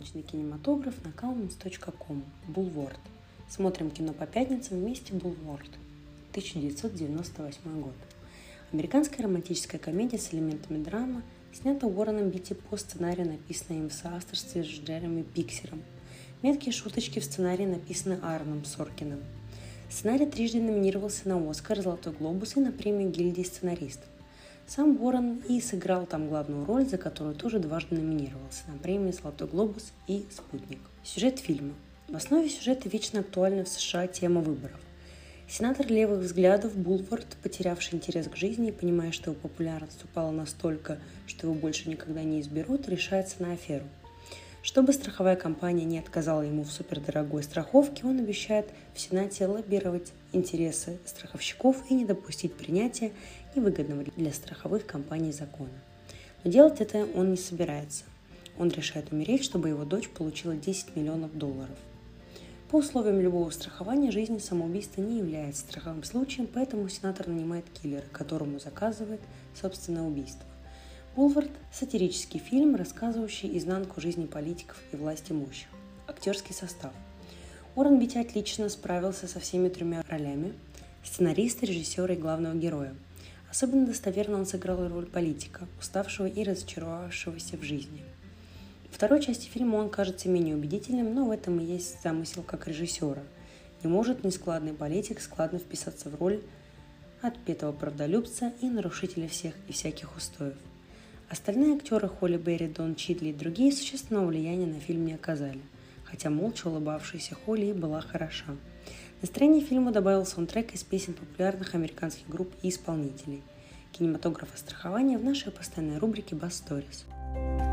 Научный кинематограф на commons.com. Булворд. Смотрим кино по пятницам вместе. Булворд. 1998 год. Американская романтическая комедия с элементами драмы, снята Уорреном Битти по сценарию, написанной им в соавторстве с Джереми Пиксером. Меткие шуточки в сценарии написаны Аароном Соркином. Сценарий трижды номинировался на Оскар, Золотой глобус и на премию гильдии сценаристов. Сам Уоррен и сыграл там главную роль, за которую тоже дважды номинировался на премии «Золотой глобус» и «Спутник». Сюжет фильма. В основе сюжета вечно актуальна в США тема выборов. Сенатор левых взглядов Булворд, потерявший интерес к жизни и понимая, что его популярность упала настолько, что его больше никогда не изберут, решается на аферу. Чтобы страховая компания не отказала ему в супердорогой страховке, он обещает в Сенате лоббировать интересы страховщиков и не допустить принятия невыгодного для страховых компаний закона. Но делать это он не собирается. Он решает умереть, чтобы его дочь получила $10 миллионов. По условиям любого страхования жизни самоубийство не является страховым случаем, поэтому сенатор нанимает киллера, которому заказывает собственное убийство. Булворд – сатирический фильм, рассказывающий изнанку жизни политиков и власть имущих. Актерский состав. Уоррен Битти отлично справился со всеми тремя ролями – сценариста, режиссера и главного героя. Особенно достоверно он сыграл роль политика, уставшего и разочаровавшегося в жизни. В второй части фильма он кажется менее убедительным, но в этом и есть замысел как режиссера. Не может нескладный политик складно вписаться в роль отпетого правдолюбца и нарушителя всех и всяких устоев. Остальные актеры Холли Берри, Дон Чидли и другие существенного влияния на фильм не оказали, хотя молча улыбавшаяся Холли и была хороша. Настроение фильму добавил саундтрек из песен популярных американских групп и исполнителей. Кинематограф и страхование в нашей постоянной рубрике Bass Stories.